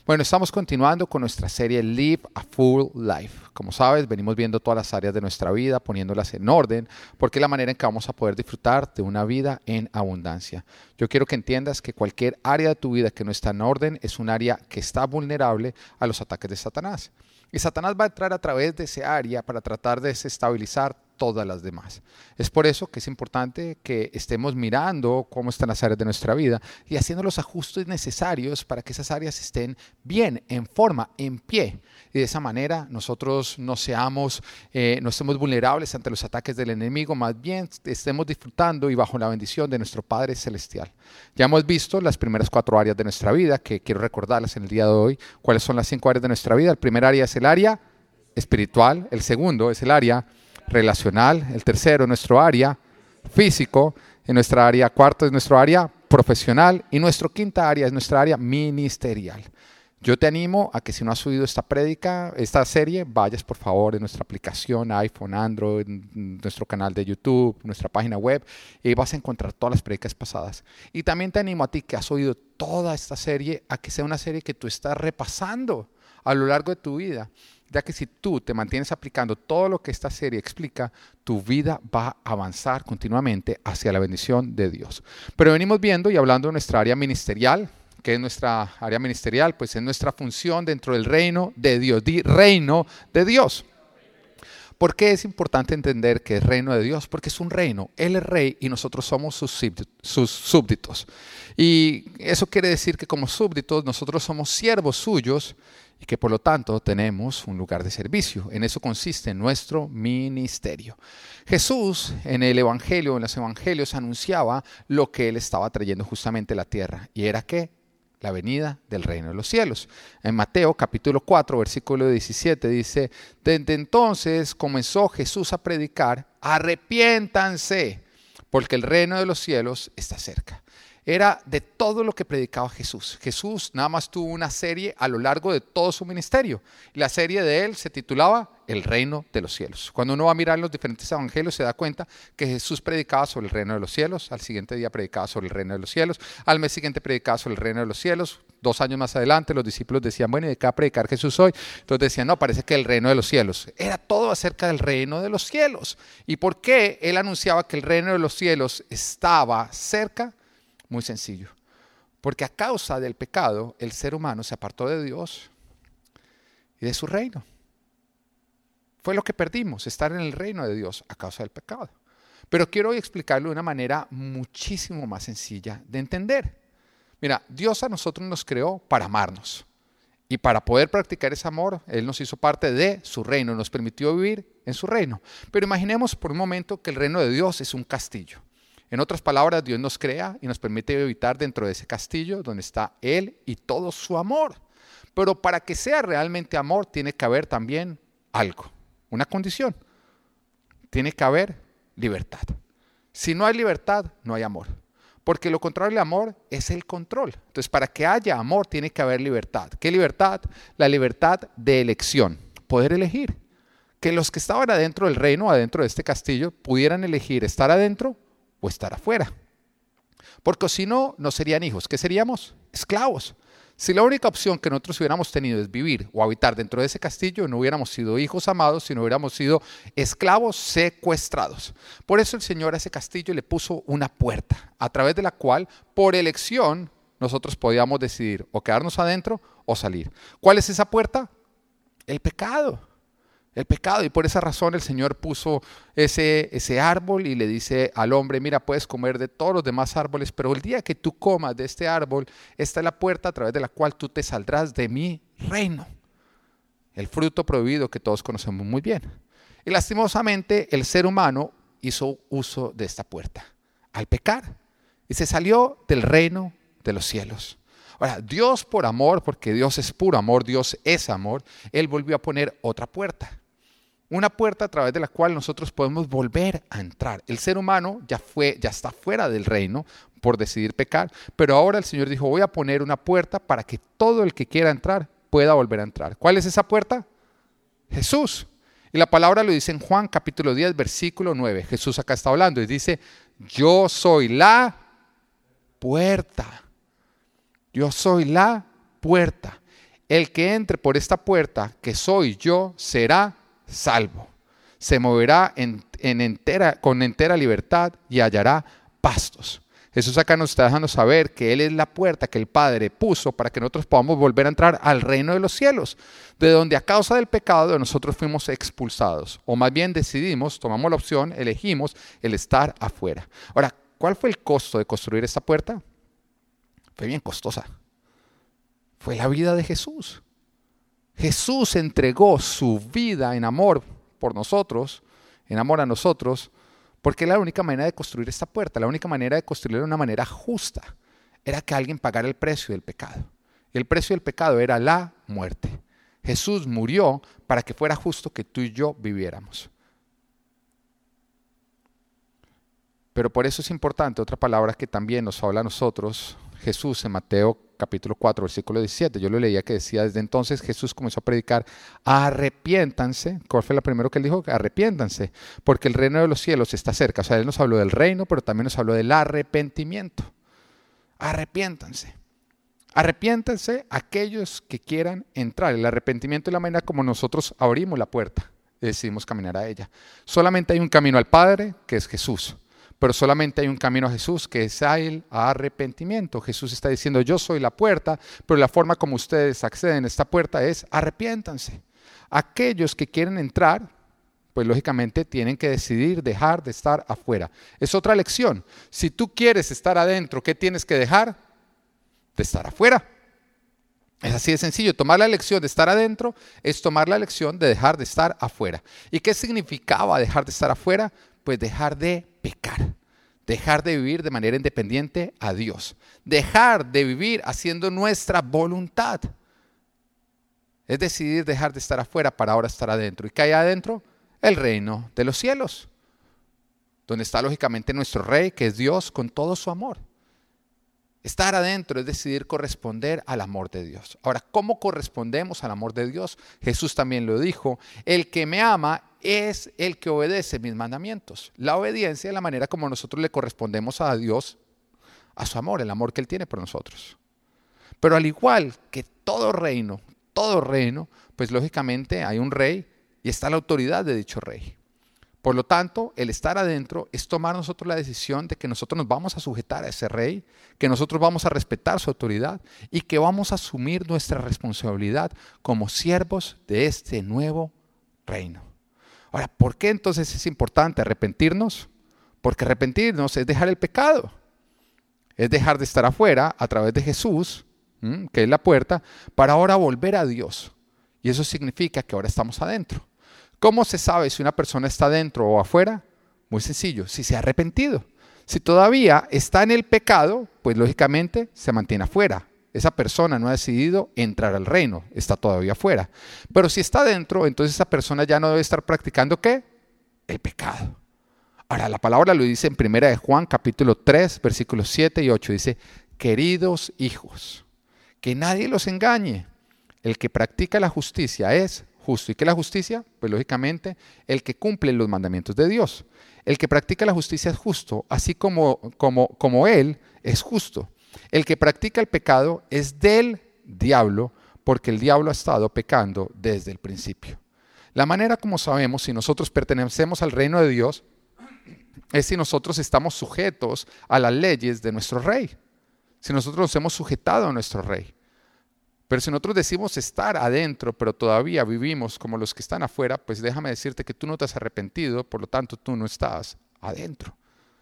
Bueno, estamos continuando con nuestra serie Live a Full Life. Como sabes, venimos viendo todas las áreas de nuestra vida, poniéndolas en orden, porque es la manera en que vamos a poder disfrutar de una vida en abundancia. Yo quiero que entiendas que cualquier área de tu vida que no está en orden es un área que está vulnerable a los ataques de Satanás. Y Satanás va a entrar a través de ese área para tratar de desestabilizar todas las demás. Es por eso que es importante que estemos mirando cómo están las áreas de nuestra vida y haciendo los ajustes necesarios para que esas áreas estén bien, en forma, en pie. Y de esa manera nosotros no estemos vulnerables ante los ataques del enemigo, más bien estemos disfrutando y bajo la bendición de nuestro Padre Celestial. Ya hemos visto las primeras 4 áreas de nuestra vida, que quiero recordarlas en el día de hoy. ¿Cuáles son las 5 áreas de nuestra vida? El primer área es el área espiritual, el segundo es el área relacional, el tercero es nuestro área físico, en nuestra área cuarto es nuestra área profesional y nuestra quinta área es nuestra área ministerial. Yo te animo a que si no has subido esta serie, vayas por favor en nuestra aplicación, iPhone, Android, nuestro canal de YouTube, nuestra página web, y vas a encontrar todas las prédicas pasadas. Y también te animo a ti que has oído toda esta serie, a que sea una serie que tú estás repasando a lo largo de tu vida, ya que si tú te mantienes aplicando todo lo que esta serie explica, tu vida va a avanzar continuamente hacia la bendición de Dios. Pero venimos viendo y hablando de nuestra área ministerial. ¿Qué es nuestra área ministerial? Pues es nuestra función dentro del reino de Dios. Di reino de Dios. ¿Por qué es importante entender que es reino de Dios? Porque es un reino. Él es rey y nosotros somos sus súbditos. Y eso quiere decir que como súbditos nosotros somos siervos suyos y que por lo tanto tenemos un lugar de servicio. En eso consiste nuestro ministerio. Jesús en los evangelios anunciaba lo que él estaba trayendo justamente a la tierra. ¿Y era qué? La venida del reino de los cielos. En Mateo capítulo 4, versículo 17 dice: desde entonces comenzó Jesús a predicar: arrepiéntanse, porque el reino de los cielos está cerca. Era de todo lo que predicaba Jesús. Jesús nada más tuvo una serie a lo largo de todo su ministerio. La serie de él se titulaba El reino de los cielos. Cuando uno va a mirar los diferentes evangelios se da cuenta que Jesús predicaba sobre el reino de los cielos, al siguiente día predicaba sobre el reino de los cielos, al mes siguiente predicaba sobre el reino de los cielos. 2 años más adelante los discípulos decían: bueno, ¿y de qué va a predicar Jesús hoy? Entonces decían: no, parece que el reino de los cielos. Era todo acerca del reino de los cielos. ¿Y por qué él anunciaba que el reino de los cielos estaba cerca? Muy sencillo, porque a causa del pecado el ser humano se apartó de Dios y de su reino. Fue lo que perdimos, estar en el reino de Dios a causa del pecado. Pero quiero hoy explicarlo de una manera muchísimo más sencilla de entender. Mira, Dios a nosotros nos creó para amarnos y para poder practicar ese amor, Él nos hizo parte de su reino, nos permitió vivir en su reino. Pero imaginemos por un momento que el reino de Dios es un castillo. En otras palabras, Dios nos crea y nos permite habitar dentro de ese castillo donde está Él y todo su amor. Pero para que sea realmente amor tiene que haber también algo, una condición. Tiene que haber libertad. Si no hay libertad, no hay amor. Porque lo contrario del amor es el control. Entonces, para que haya amor tiene que haber libertad. ¿Qué libertad? La libertad de elección, poder elegir. Que los que estaban adentro del reino, adentro de este castillo, pudieran elegir estar adentro o estar afuera. Porque si no, no serían hijos. ¿Qué seríamos? Esclavos. Si la única opción que nosotros hubiéramos tenido es vivir o habitar dentro de ese castillo, no hubiéramos sido hijos amados, sino hubiéramos sido esclavos secuestrados. Por eso el Señor a ese castillo le puso una puerta, a través de la cual, por elección, nosotros podíamos decidir o quedarnos adentro o salir. ¿Cuál es esa puerta? El pecado. El pecado, y por esa razón el Señor puso ese árbol y le dice al hombre: mira, puedes comer de todos los demás árboles, pero el día que tú comas de este árbol, esta es la puerta a través de la cual tú te saldrás de mi reino. El fruto prohibido que todos conocemos muy bien. Y lastimosamente el ser humano hizo uso de esta puerta al pecar y se salió del reino de los cielos. Ahora, Dios por amor, porque Dios es puro amor, Dios es amor, Él volvió a poner otra puerta. Una puerta a través de la cual nosotros podemos volver a entrar. El ser humano ya está fuera del reino por decidir pecar, pero ahora el Señor dijo: voy a poner una puerta para que todo el que quiera entrar pueda volver a entrar. ¿Cuál es esa puerta? Jesús. Y la palabra lo dice en Juan capítulo 10, versículo 9. Jesús acá está hablando y dice: yo soy la puerta. Yo soy la puerta. El que entre por esta puerta, que soy yo, será salvo. Se moverá con entera libertad y hallará pastos. Jesús acá nos está dejando saber que Él es la puerta que el Padre puso para que nosotros podamos volver a entrar al reino de los cielos, de donde a causa del pecado de nosotros fuimos expulsados. O más bien decidimos, tomamos la opción, elegimos el estar afuera. Ahora, ¿cuál fue el costo de construir esta puerta? Fue bien costosa. Fue la vida de Jesús. Jesús entregó su vida en amor por nosotros, en amor a nosotros, porque la única manera de construir esta puerta, la única manera de construirla de una manera justa, era que alguien pagara el precio del pecado. Y el precio del pecado era la muerte. Jesús murió para que fuera justo que tú y yo viviéramos. Pero por eso es importante otra palabra que también nos habla a nosotros Jesús en Mateo capítulo 4, versículo 17. Yo lo leía que decía, desde entonces Jesús comenzó a predicar, arrepiéntanse. ¿Cuál fue lo primero que él dijo? Arrepiéntanse, porque el reino de los cielos está cerca. O sea, él nos habló del reino, pero también nos habló del arrepentimiento. Arrepiéntanse. Arrepiéntanse aquellos que quieran entrar. El arrepentimiento es la manera como nosotros abrimos la puerta y decidimos caminar a ella. Solamente hay un camino al Padre, que es Jesús. Pero solamente hay un camino a Jesús, que es el arrepentimiento. Jesús está diciendo, yo soy la puerta, pero la forma como ustedes acceden a esta puerta es arrepiéntanse. Aquellos que quieren entrar, pues lógicamente tienen que decidir dejar de estar afuera. Es otra lección. Si tú quieres estar adentro, ¿qué tienes que dejar? De estar afuera. Es así de sencillo. Tomar la elección de estar adentro es tomar la elección de dejar de estar afuera. ¿Y qué significaba dejar de estar afuera? Pues dejar de pecar, dejar de vivir de manera independiente a Dios, dejar de vivir haciendo nuestra voluntad. Es decidir dejar de estar afuera para ahora estar adentro. ¿Y qué hay adentro? El reino de los cielos, donde está lógicamente nuestro Rey, que es Dios con todo su amor. Estar adentro es decidir corresponder al amor de Dios. Ahora, ¿cómo correspondemos al amor de Dios? Jesús también lo dijo, el que me ama es el que obedece mis mandamientos. La obediencia es la manera como nosotros le correspondemos a Dios, a su amor, el amor que Él tiene por nosotros. Pero al igual que todo reino, pues lógicamente hay un rey y está la autoridad de dicho rey. Por lo tanto, el estar adentro es tomar nosotros la decisión de que nosotros nos vamos a sujetar a ese rey, que nosotros vamos a respetar su autoridad y que vamos a asumir nuestra responsabilidad como siervos de este nuevo reino. Ahora, ¿por qué entonces es importante arrepentirnos? Porque arrepentirnos es dejar el pecado, es dejar de estar afuera a través de Jesús, que es la puerta, para ahora volver a Dios. Y eso significa que ahora estamos adentro. ¿Cómo se sabe si una persona está dentro o afuera? Muy sencillo, si se ha arrepentido. Si todavía está en el pecado, pues lógicamente se mantiene afuera. Esa persona no ha decidido entrar al reino, está todavía afuera. Pero si está dentro, entonces esa persona ya no debe estar practicando ¿qué? El pecado. Ahora, la palabra lo dice en 1 de Juan, capítulo 3, versículos 7 y 8. Dice, queridos hijos, que nadie los engañe. El que practica la justicia es justo. ¿Y qué es la justicia? Pues lógicamente el que cumple los mandamientos de Dios. El que practica la justicia es justo, así como Él es justo. El que practica el pecado es del diablo, porque el diablo ha estado pecando desde el principio. La manera como sabemos si nosotros pertenecemos al reino de Dios es si nosotros estamos sujetos a las leyes de nuestro rey. Si nosotros nos hemos sujetado a nuestro rey. Pero si nosotros decimos estar adentro, pero todavía vivimos como los que están afuera, pues déjame decirte que tú no te has arrepentido, por lo tanto tú no estás adentro.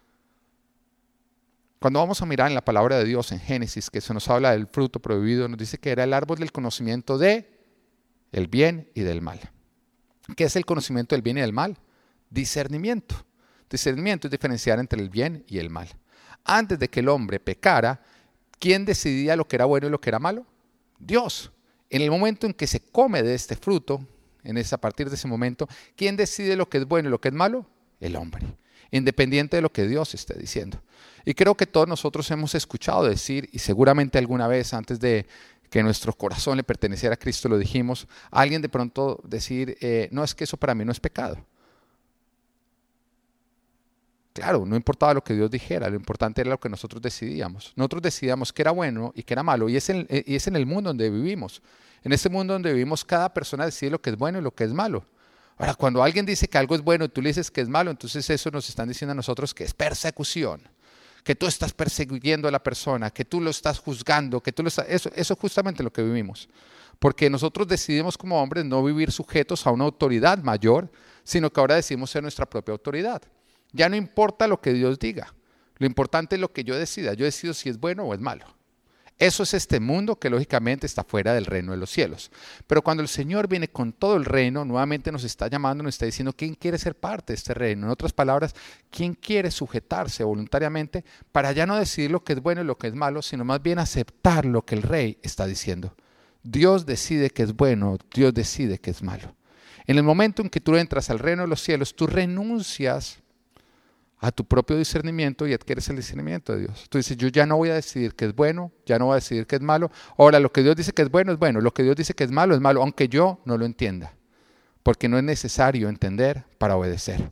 Cuando vamos a mirar en la palabra de Dios en Génesis, que se nos habla del fruto prohibido, nos dice que era el árbol del conocimiento de el bien y del mal. ¿Qué es el conocimiento del bien y del mal? Discernimiento. Discernimiento es diferenciar entre el bien y el mal. Antes de que el hombre pecara, ¿quién decidía lo que era bueno y lo que era malo? Dios. En el momento en que se come de este fruto, a partir de ese momento, ¿quién decide lo que es bueno y lo que es malo? El hombre, independiente de lo que Dios esté diciendo. Y creo que todos nosotros hemos escuchado decir, y seguramente alguna vez antes de que nuestro corazón le perteneciera a Cristo lo dijimos, a alguien de pronto decir, no, es que eso para mí no es pecado. Claro, no importaba lo que Dios dijera, lo importante era lo que nosotros decidíamos. Nosotros decidíamos qué era bueno y qué era malo, y es en el mundo donde vivimos. En este mundo donde vivimos, cada persona decide lo que es bueno y lo que es malo. Ahora, cuando alguien dice que algo es bueno y tú le dices que es malo, entonces eso nos están diciendo a nosotros que es persecución, que tú estás persiguiendo a la persona, que tú lo estás juzgando, que tú lo estás... Eso es justamente lo que vivimos. Porque nosotros decidimos como hombres no vivir sujetos a una autoridad mayor, sino que ahora decidimos ser nuestra propia autoridad. Ya no importa lo que Dios diga, lo importante es lo que yo decida. Yo decido si es bueno o es malo. Eso es este mundo que lógicamente está fuera del reino de los cielos. Pero cuando el Señor viene con todo el reino, nuevamente nos está llamando, nos está diciendo quién quiere ser parte de este reino. En otras palabras, quién quiere sujetarse voluntariamente para ya no decidir lo que es bueno y lo que es malo, sino más bien aceptar lo que el rey está diciendo. Dios decide que es bueno, Dios decide que es malo. En el momento en que tú entras al reino de los cielos, tú renuncias a tu propio discernimiento y adquieres el discernimiento de Dios. Tú dices, yo ya no voy a decidir qué es bueno, ya no voy a decidir qué es malo. Ahora, lo que Dios dice que es bueno, lo que Dios dice que es malo, aunque yo no lo entienda. Porque no es necesario entender para obedecer.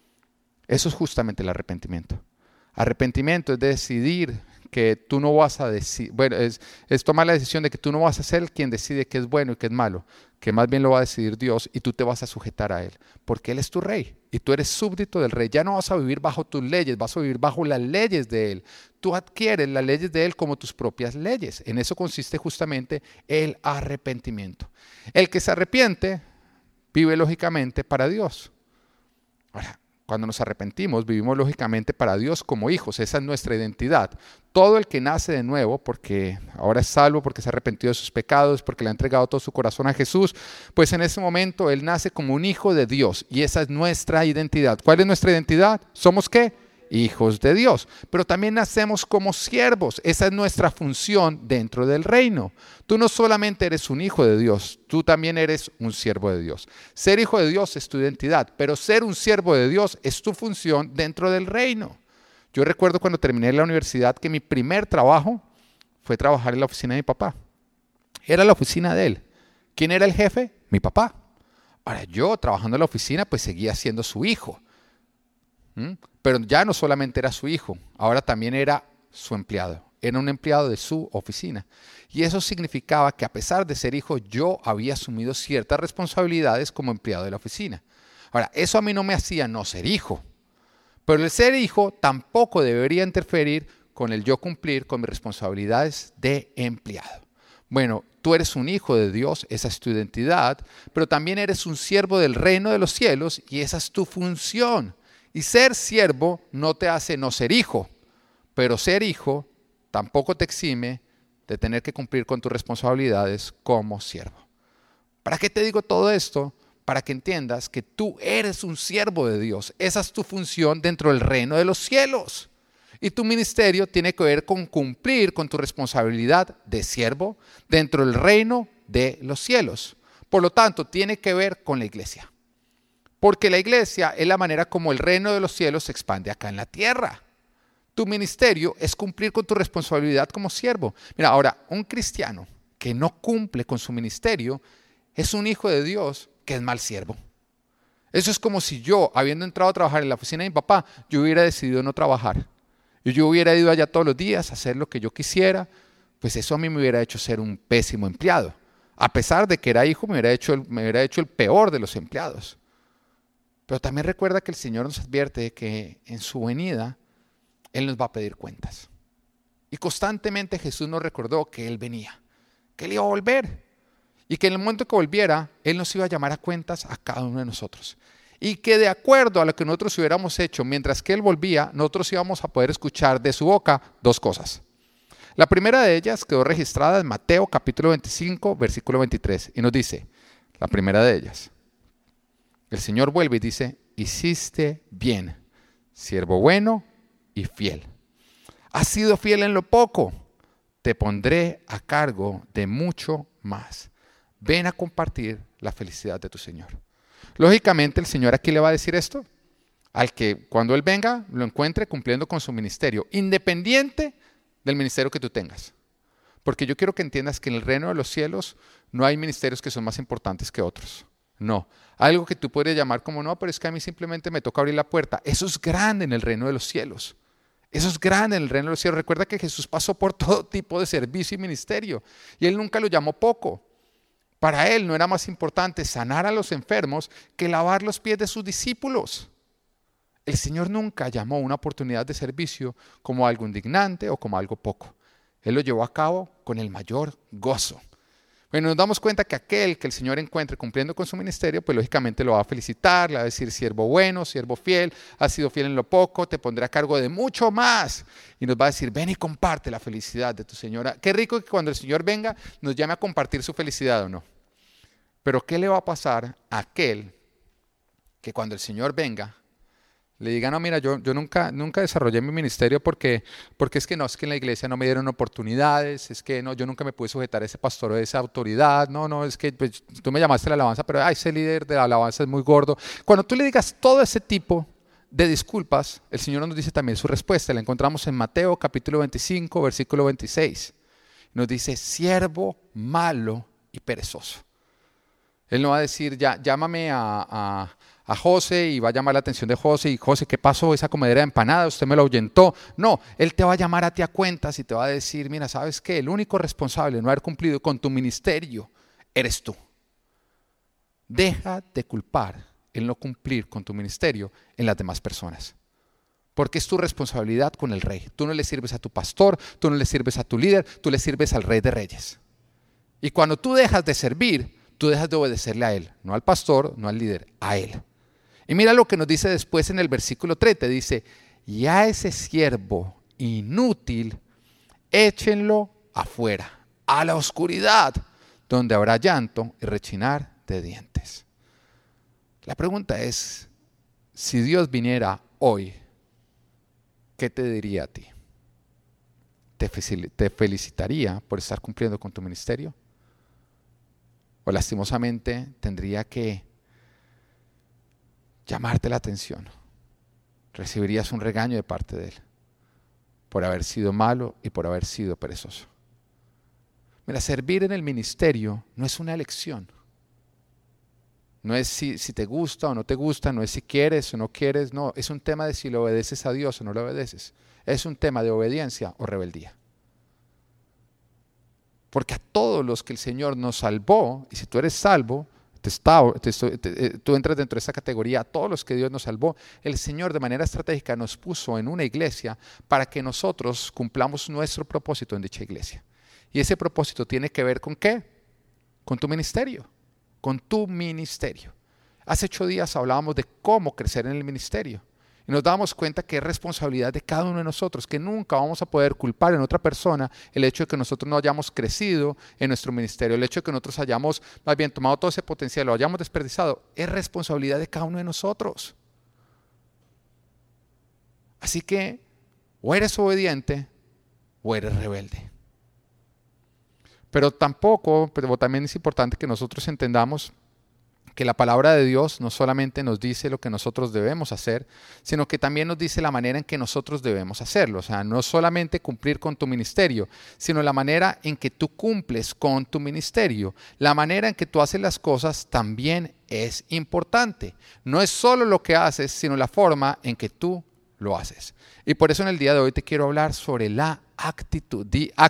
Eso es justamente el arrepentimiento. Arrepentimiento es decidir que tú no vas a decir, bueno, es tomar la decisión de que tú no vas a ser quien decide qué es bueno y qué es malo, que más bien lo va a decidir Dios y tú te vas a sujetar a Él, porque Él es tu rey y tú eres súbdito del rey. Ya no vas a vivir bajo tus leyes, vas a vivir bajo las leyes de Él. Tú adquieres las leyes de Él como tus propias leyes. En eso consiste justamente el arrepentimiento. El que se arrepiente vive lógicamente para Dios. Ahora, cuando nos arrepentimos, vivimos lógicamente para Dios como hijos. Esa es nuestra identidad. Todo el que nace de nuevo, porque ahora es salvo, porque se ha arrepentido de sus pecados, porque le ha entregado todo su corazón a Jesús, pues en ese momento él nace como un hijo de Dios. Y esa es nuestra identidad. ¿Cuál es nuestra identidad? ¿Somos qué? Hijos de Dios. Pero también nacemos como siervos. Esa es nuestra función dentro del reino. Tú no solamente eres un hijo de Dios, tú también eres un siervo de Dios. Ser hijo de Dios es tu identidad, pero ser un siervo de Dios es tu función dentro del reino. Yo recuerdo cuando terminé la universidad que mi primer trabajo fue trabajar en la oficina de mi papá. Era la oficina de él. ¿Quién era el jefe? Mi papá. Ahora yo trabajando en la oficina pues seguía siendo su hijo. Pero ya no solamente era su hijo, ahora también era su empleado. Era un empleado de su oficina. Y eso significaba que a pesar de ser hijo, yo había asumido ciertas responsabilidades como empleado de la oficina. Ahora, eso a mí no me hacía no ser hijo. Pero el ser hijo tampoco debería interferir con el yo cumplir con mis responsabilidades de empleado. Bueno, tú eres un hijo de Dios, esa es tu identidad, pero también eres un siervo del reino de los cielos y esa es tu función. Y ser siervo no te hace no ser hijo, pero ser hijo tampoco te exime de tener que cumplir con tus responsabilidades como siervo. ¿Para qué te digo todo esto? Para que entiendas que tú eres un siervo de Dios. Esa es tu función dentro del reino de los cielos. Y tu ministerio tiene que ver con cumplir con tu responsabilidad de siervo dentro del reino de los cielos. Por lo tanto, tiene que ver con la iglesia. Porque la iglesia es la manera como el reino de los cielos se expande acá en la tierra. Tu ministerio es cumplir con tu responsabilidad como siervo. Mira, ahora, un cristiano que no cumple con su ministerio es un hijo de Dios que es mal siervo. Eso es como si yo, habiendo entrado a trabajar en la oficina de mi papá, yo hubiera decidido no trabajar. Y yo hubiera ido allá todos los días a hacer lo que yo quisiera, pues eso a mí me hubiera hecho ser un pésimo empleado. A pesar de que era hijo, me hubiera hecho el peor de los empleados. Pero también recuerda que el Señor nos advierte que en su venida Él nos va a pedir cuentas. Y constantemente Jesús nos recordó que Él venía, que Él iba a volver. Y que en el momento que volviera, Él nos iba a llamar a cuentas a cada uno de nosotros. Y que de acuerdo a lo que nosotros hubiéramos hecho mientras que Él volvía, nosotros íbamos a poder escuchar de su boca dos cosas. La primera de ellas quedó registrada en Mateo capítulo 25, versículo 23. Y nos dice, la primera de ellas. El Señor vuelve y dice, hiciste bien, siervo bueno y fiel. Has sido fiel en lo poco, te pondré a cargo de mucho más. Ven a compartir la felicidad de tu Señor. Lógicamente, el Señor aquí le va a decir esto, al que cuando Él venga lo encuentre cumpliendo con su ministerio, independiente del ministerio que tú tengas. Porque yo quiero que entiendas que en el reino de los cielos no hay ministerios que son más importantes que otros. No. Algo que tú podrías llamar como no, pero es que a mí simplemente me toca abrir la puerta. Eso es grande en el reino de los cielos. Eso es grande en el reino de los cielos. Recuerda que Jesús pasó por todo tipo de servicio y ministerio y Él nunca lo llamó poco. Para Él no era más importante sanar a los enfermos que lavar los pies de sus discípulos. El Señor nunca llamó una oportunidad de servicio como algo indignante o como algo poco. Él lo llevó a cabo con el mayor gozo. Bueno, nos damos cuenta que aquel que el Señor encuentre cumpliendo con su ministerio, pues lógicamente lo va a felicitar, le va a decir siervo bueno, siervo fiel, has sido fiel en lo poco, te pondré a cargo de mucho más. Y nos va a decir, ven y comparte la felicidad de tu Señora. Qué rico que cuando el Señor venga nos llame a compartir su felicidad o no. Pero ¿qué le va a pasar a aquel que cuando el Señor venga le diga, no, mira, yo nunca desarrollé mi ministerio porque es que en la iglesia no me dieron oportunidades, es que no, yo nunca me pude sujetar a ese pastor o a esa autoridad, no, es que pues, tú me llamaste a la alabanza, pero ese líder de la alabanza es muy gordo. Cuando tú le digas todo ese tipo de disculpas, el Señor nos dice también su respuesta. La encontramos en Mateo capítulo 25, versículo 26. Nos dice, siervo malo y perezoso. Él no va a decir, ya, llámame a José y va a llamar la atención de José y José, ¿qué pasó? Esa comedera de empanada, usted me lo ahuyentó. No, Él te va a llamar a ti a cuentas y te va a decir, mira, ¿sabes qué? El único responsable de no haber cumplido con tu ministerio eres tú. Deja de culpar el no cumplir con tu ministerio en las demás personas. Porque es tu responsabilidad con el rey. Tú no le sirves a tu pastor, tú no le sirves a tu líder, tú le sirves al rey de reyes. Y cuando tú dejas de servir, tú dejas de obedecerle a Él, no al pastor, no al líder, a Él. Y mira lo que nos dice después en el versículo 30, dice, y a ese siervo inútil, échenlo afuera, a la oscuridad, donde habrá llanto y rechinar de dientes. La pregunta es, si Dios viniera hoy, ¿qué te diría a ti? ¿Te felicitaría por estar cumpliendo con tu ministerio? O lastimosamente tendría que llamarte la atención. Recibirías un regaño de parte de Él por haber sido malo y por haber sido perezoso. Mira, servir en el ministerio no es una elección. No es si te gusta o no te gusta, no es si quieres o no quieres, no. Es un tema de si le obedeces a Dios o no le obedeces. Es un tema de obediencia o rebeldía. Porque a todos los que el Señor nos salvó, y si tú eres salvo, tú entras dentro de esa categoría, a todos los que Dios nos salvó, el Señor de manera estratégica nos puso en una iglesia para que nosotros cumplamos nuestro propósito en dicha iglesia. Y ese propósito tiene que ver ¿con qué? Con tu ministerio, con tu ministerio. Hace 8 días hablábamos de cómo crecer en el ministerio. Y nos damos cuenta que es responsabilidad de cada uno de nosotros, que nunca vamos a poder culpar en otra persona el hecho de que nosotros no hayamos crecido en nuestro ministerio, el hecho de que nosotros hayamos más bien tomado todo ese potencial, lo hayamos desperdiciado, es responsabilidad de cada uno de nosotros. Así que o eres obediente o eres rebelde. Pero también es importante que nosotros entendamos que la palabra de Dios no solamente nos dice lo que nosotros debemos hacer, sino que también nos dice la manera en que nosotros debemos hacerlo. O sea, no solamente cumplir con tu ministerio, sino la manera en que tú cumples con tu ministerio. La manera en que tú haces las cosas también es importante. No es solo lo que haces, sino la forma en que tú lo haces. Y por eso en el día de hoy te quiero hablar sobre la actitud.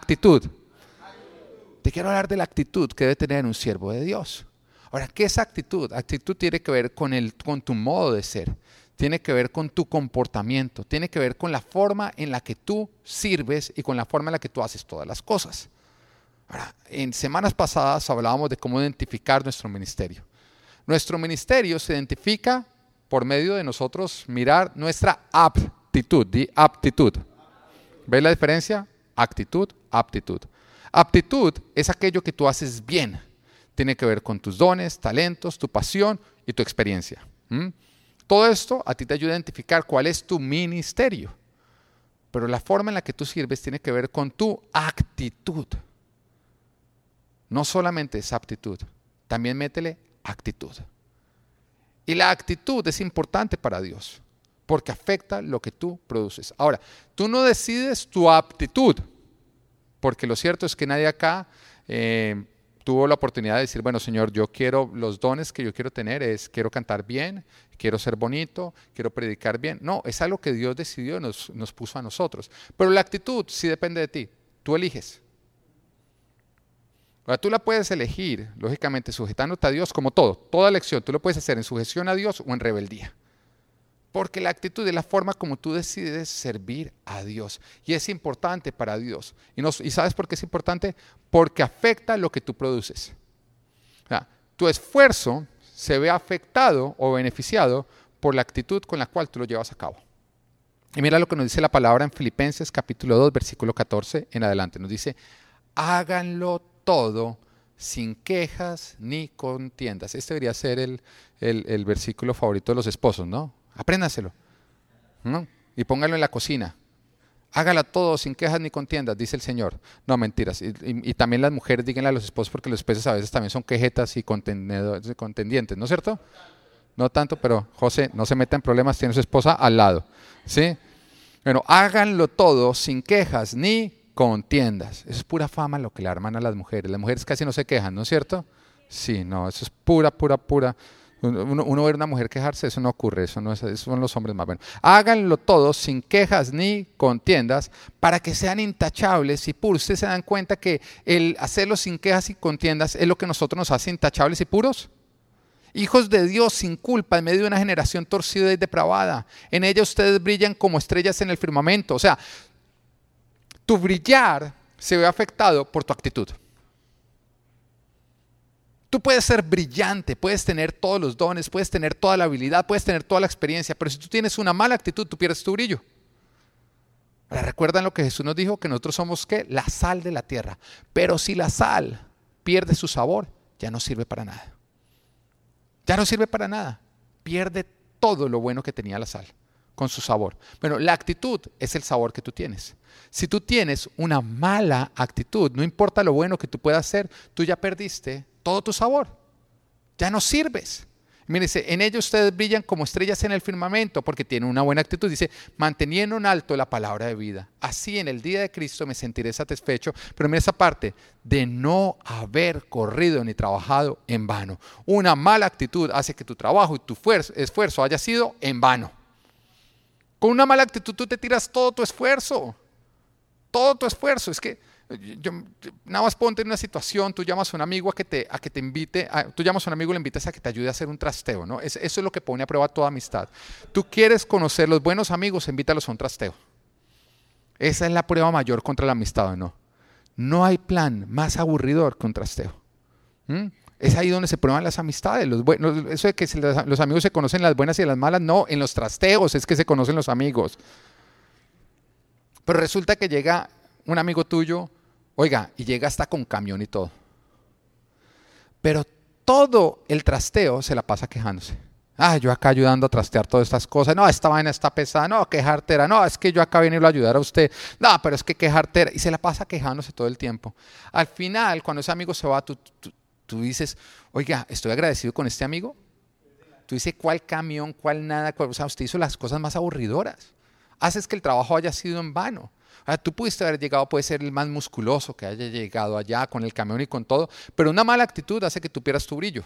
Te quiero hablar de la actitud que debe tener un siervo de Dios. Ahora, ¿qué es actitud? Actitud tiene que ver con tu modo de ser, tiene que ver con tu comportamiento, tiene que ver con la forma en la que tú sirves y con la forma en la que tú haces todas las cosas. Ahora, en semanas pasadas hablábamos de cómo identificar nuestro ministerio. Nuestro ministerio se identifica por medio de nosotros mirar nuestra aptitud, aptitud. ¿Ves la diferencia? Actitud, aptitud. Aptitud es aquello que tú haces bien. Tiene que ver con tus dones, talentos, tu pasión y tu experiencia. Todo esto a ti te ayuda a identificar cuál es tu ministerio. Pero la forma en la que tú sirves tiene que ver con tu actitud. No solamente es aptitud, también métele actitud. Y la actitud es importante para Dios, porque afecta lo que tú produces. Ahora, tú no decides tu aptitud, porque lo cierto es que nadie acá tuvo la oportunidad de decir, bueno, Señor, yo quiero, los dones que yo quiero tener quiero cantar bien, quiero ser bonito, quiero predicar bien. No, es algo que Dios decidió y nos puso a nosotros. Pero la actitud sí depende de ti. Tú eliges. Ahora, tú la puedes elegir, lógicamente, sujetándote a Dios como todo. Toda elección, tú lo puedes hacer en sujeción a Dios o en rebeldía. Porque la actitud es la forma como tú decides servir a Dios. Y es importante para Dios. ¿Y sabes por qué es importante? Porque afecta lo que tú produces. O sea, tu esfuerzo se ve afectado o beneficiado por la actitud con la cual tú lo llevas a cabo. Y mira lo que nos dice la palabra en Filipenses capítulo 2, versículo 14 en adelante. Nos dice, háganlo todo sin quejas ni contiendas. Este debería ser el versículo favorito de los esposos, ¿no? Apréndaselo, ¿no? Y póngalo en la cocina. Hágala todo sin quejas ni contiendas, dice el Señor. No, mentiras. Y también las mujeres díganle a los esposos, porque los esposos a veces también son quejetas y contendientes, ¿no es cierto? No tanto, pero José, no se meta en problemas, tiene su esposa al lado, ¿sí? Bueno, háganlo todo sin quejas ni contiendas. Eso es pura fama lo que le arman a las mujeres. Las mujeres casi no se quejan, ¿no es cierto? Sí, no, eso es pura. Uno ver a una mujer quejarse, eso no ocurre, eso son los hombres más buenos. Háganlo todo sin quejas ni contiendas para que sean intachables y puros. Ustedes se dan cuenta que el hacerlo sin quejas y contiendas es lo que nosotros nos hace intachables y puros. Hijos de Dios sin culpa en medio de una generación torcida y depravada. En ella ustedes brillan como estrellas en el firmamento. O sea, tu brillar se ve afectado por tu actitud. Tú puedes ser brillante, puedes tener todos los dones, puedes tener toda la habilidad, puedes tener toda la experiencia, pero si tú tienes una mala actitud, tú pierdes tu brillo. Ahora, ¿recuerdan lo que Jesús nos dijo? Que nosotros somos, ¿qué? La sal de la tierra. Pero si la sal pierde su sabor, ya no sirve para nada. Ya no sirve para nada. Pierde todo lo bueno que tenía la sal con su sabor. Bueno, la actitud es el sabor que tú tienes. Si tú tienes una mala actitud, no importa lo bueno que tú puedas hacer, tú ya perdiste todo tu sabor. Ya no sirves. Mire, dice, en ello ustedes brillan como estrellas en el firmamento porque tienen una buena actitud. Dice, manteniendo en alto la palabra de vida. Así en el día de Cristo me sentiré satisfecho. Pero mira esa parte, de no haber corrido ni trabajado en vano. Una mala actitud hace que tu trabajo y tu esfuerzo haya sido en vano. Con una mala actitud tú te tiras todo tu esfuerzo. Todo tu esfuerzo. Es que nada más ponte en una situación, tú llamas a un amigo a que te invite, tú llamas a un amigo y le invitas a que te ayude a hacer un trasteo, ¿no? Eso es lo que pone a prueba toda amistad. Tú quieres conocer los buenos amigos, invítalos a un trasteo. Esa es la prueba mayor contra la amistad, ¿no? No hay plan más aburridor que un trasteo. Es ahí donde se prueban las amistades. Eso de que los amigos se conocen las buenas y las malas, no, en los trasteos es que se conocen los amigos. Pero resulta que llega un amigo tuyo, oiga, y llega hasta con camión y todo. Pero todo el trasteo se la pasa quejándose. Yo acá ayudando a trastear todas estas cosas. No, esta vaina está pesada. No, qué jartera. No, es que yo acá vine a ayudar a usted. No, pero es que qué jartera. Y se la pasa quejándose todo el tiempo. Al final, cuando ese amigo se va, tú dices, oiga, estoy agradecido con este amigo. Tú dices, ¿cuál camión? ¿Cuál nada? O sea, usted hizo las cosas más aburridoras. Haces que el trabajo haya sido en vano. Tú pudiste haber llegado, puede ser el más musculoso que haya llegado allá con el camión y con todo, pero una mala actitud hace que tú pierdas tu brillo.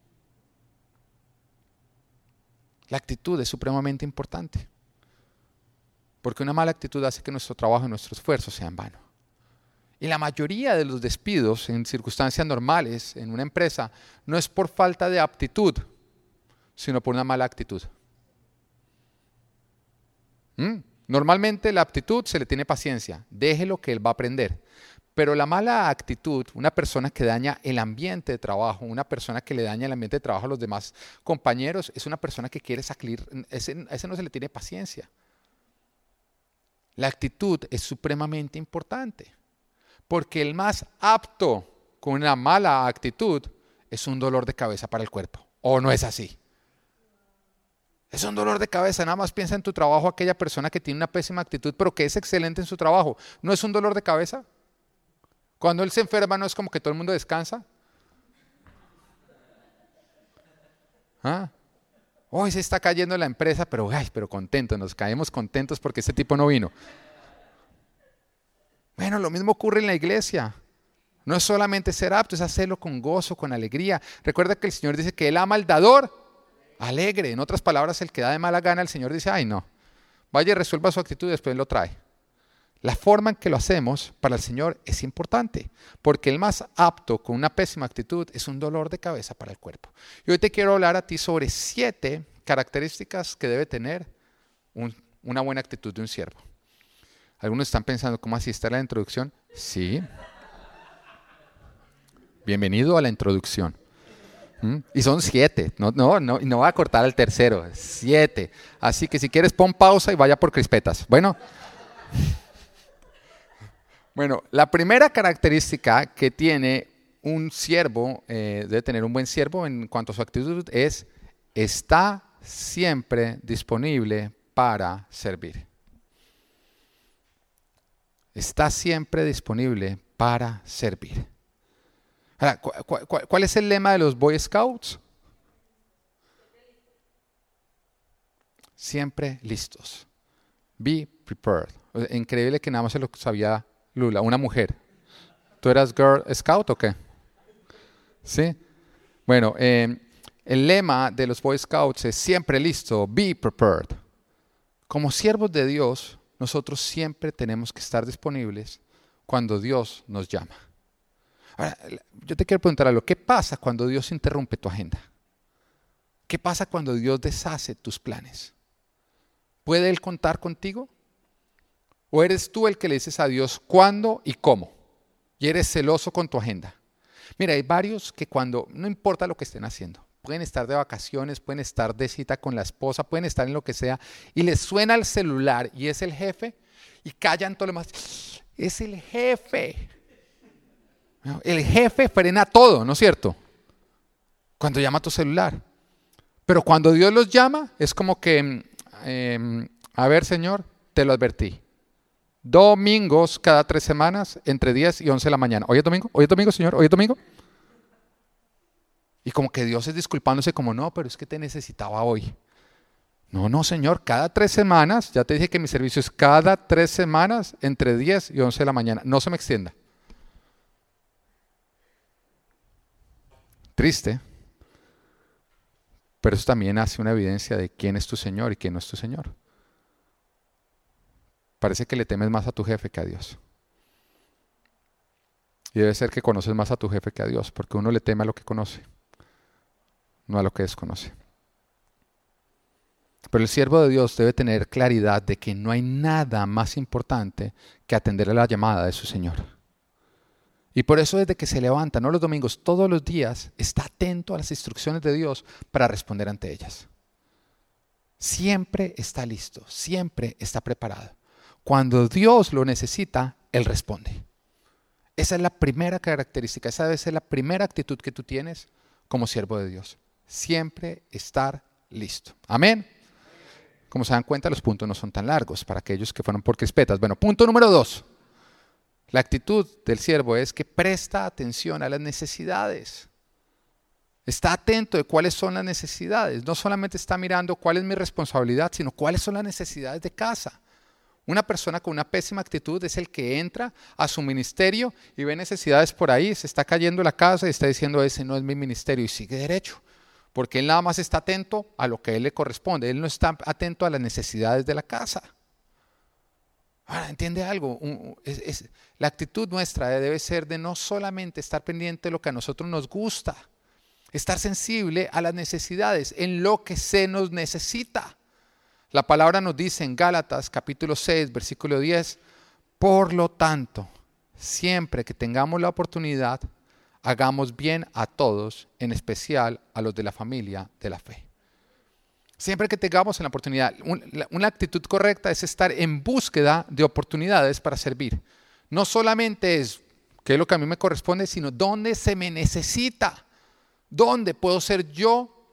La actitud es supremamente importante, porque una mala actitud hace que nuestro trabajo y nuestro esfuerzo sea en vano. Y la mayoría de los despidos en circunstancias normales en una empresa no es por falta de aptitud, sino por una mala actitud. Normalmente la aptitud se le tiene paciencia, déjelo que él va a aprender. Pero la mala actitud, una persona que daña el ambiente de trabajo, una persona que le daña el ambiente de trabajo a los demás compañeros, es una persona que quiere salir, a ese no se le tiene paciencia. La actitud es supremamente importante, porque el más apto con una mala actitud es un dolor de cabeza para el cuerpo, ¿o no es así? Es un dolor de cabeza, nada más piensa en tu trabajo aquella persona que tiene una pésima actitud, pero que es excelente en su trabajo. ¿No es un dolor de cabeza? Cuando él se enferma, ¿no es como que todo el mundo descansa? Hoy se está cayendo la empresa, pero contentos, nos caemos contentos porque ese tipo no vino. Bueno, lo mismo ocurre en la iglesia. No es solamente ser apto, es hacerlo con gozo, con alegría. Recuerda que el Señor dice que Él ama al dador alegre. En otras palabras, el que da de mala gana, el Señor dice, ay no, vaya y resuelva su actitud y después lo trae. La forma en que lo hacemos para el Señor es importante, porque el más apto con una pésima actitud es un dolor de cabeza para el cuerpo. Y hoy te quiero hablar a ti sobre 7 características que debe tener una buena actitud de un siervo. Algunos están pensando, ¿cómo así está la introducción? Sí. Bienvenido a la introducción. Y son 7, no voy a cortar al tercero, 7. Así que si quieres pon pausa y vaya por crispetas. Bueno, la primera característica que tiene un siervo, debe tener un buen siervo en cuanto a su actitud, es está siempre disponible para servir. Está siempre disponible para servir. Ahora, ¿cuál es el lema de los Boy Scouts? Siempre listos. Be prepared. Increíble que nada más se lo sabía Lula, una mujer. ¿Tú eras Girl Scout o qué? ¿Sí? Bueno, el lema de los Boy Scouts es siempre listo, be prepared. Como siervos de Dios, nosotros siempre tenemos que estar disponibles cuando Dios nos llama. Ahora, yo te quiero preguntar algo. ¿Qué pasa cuando Dios interrumpe tu agenda? ¿Qué pasa cuando Dios deshace tus planes? ¿Puede Él contar contigo? ¿O eres tú el que le dices a Dios cuándo y cómo? Y eres celoso con tu agenda. Mira, hay varios que no importa lo que estén haciendo, pueden estar de vacaciones, pueden estar de cita con la esposa, pueden estar en lo que sea, y les suena el celular y es el jefe, y callan todo lo demás. Es el jefe. El jefe frena todo, ¿no es cierto? Cuando llama a tu celular. Pero cuando Dios los llama, es como que, a ver, Señor, te lo advertí. Domingos cada 3 semanas, entre 10 y 11 de la mañana. ¿Hoy es domingo? ¿Hoy es domingo, Señor? ¿Hoy es domingo? Y como que Dios es disculpándose como, no, pero es que te necesitaba hoy. No, Señor, cada 3 semanas, ya te dije que mi servicio es cada 3 semanas, entre 10 y 11 de la mañana. No se me extienda. Triste, pero eso también hace una evidencia de quién es tu Señor y quién no es tu Señor. Parece que le temes más a tu jefe que a Dios. Y debe ser que conoces más a tu jefe que a Dios, porque uno le teme a lo que conoce, no a lo que desconoce. Pero el siervo de Dios debe tener claridad de que no hay nada más importante que atender a la llamada de su Señor. Y por eso desde que se levanta, no los domingos, todos los días, está atento a las instrucciones de Dios para responder ante ellas. Siempre está listo, siempre está preparado. Cuando Dios lo necesita, Él responde. Esa es la primera característica, esa debe ser la primera actitud que tú tienes como siervo de Dios. Siempre estar listo. Amén. Como se dan cuenta, los puntos no son tan largos para aquellos que fueron por crispetas. Bueno, punto número 2. La actitud del siervo es que presta atención a las necesidades. Está atento de cuáles son las necesidades. No solamente está mirando cuál es mi responsabilidad, sino cuáles son las necesidades de casa. Una persona con una pésima actitud es el que entra a su ministerio y ve necesidades por ahí, se está cayendo la casa y está diciendo, ese no es mi ministerio, y sigue derecho. Porque él nada más está atento a lo que a él le corresponde. Él no está atento a las necesidades de la casa. Ahora, ¿entiende algo? La actitud nuestra debe ser de no solamente estar pendiente de lo que a nosotros nos gusta, estar sensible a las necesidades, en lo que se nos necesita. La palabra nos dice en Gálatas capítulo 6, versículo 10, por lo tanto, siempre que tengamos la oportunidad, hagamos bien a todos, en especial a los de la familia de la fe. Siempre que tengamos la oportunidad, una actitud correcta es estar en búsqueda de oportunidades para servir. No solamente es qué es lo que a mí me corresponde, sino dónde se me necesita, dónde puedo ser yo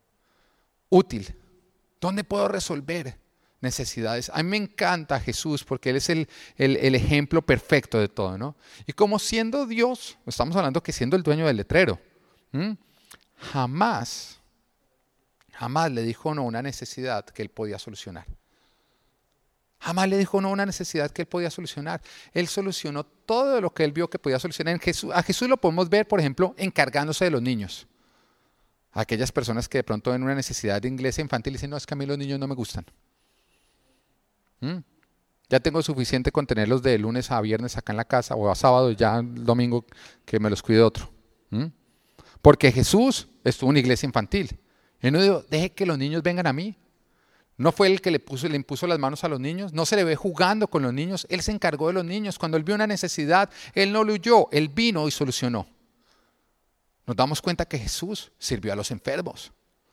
útil, dónde puedo resolver necesidades. A mí me encanta Jesús porque Él es el ejemplo perfecto de todo, ¿no? Y como siendo Dios, estamos hablando que siendo el dueño del letrero, jamás le dijo no a una necesidad que Él podía solucionar. Jamás le dijo no a una necesidad que él podía solucionar. Él solucionó todo lo que él vio que podía solucionar. A Jesús lo podemos ver, por ejemplo, encargándose de los niños. Aquellas personas que de pronto ven una necesidad de iglesia infantil y dicen, no, es que a mí los niños no me gustan. Ya tengo suficiente con tenerlos de lunes a viernes acá en la casa o a sábado, ya el domingo que me los cuide otro. Porque Jesús estuvo en una iglesia infantil. Él no dijo, deje que los niños vengan a mí. No fue el que le impuso las manos a los niños. No se le ve jugando con los niños. Él se encargó de los niños. Cuando él vio una necesidad, él no lo huyó. Él vino y solucionó. Nos damos cuenta que Jesús sirvió a los enfermos.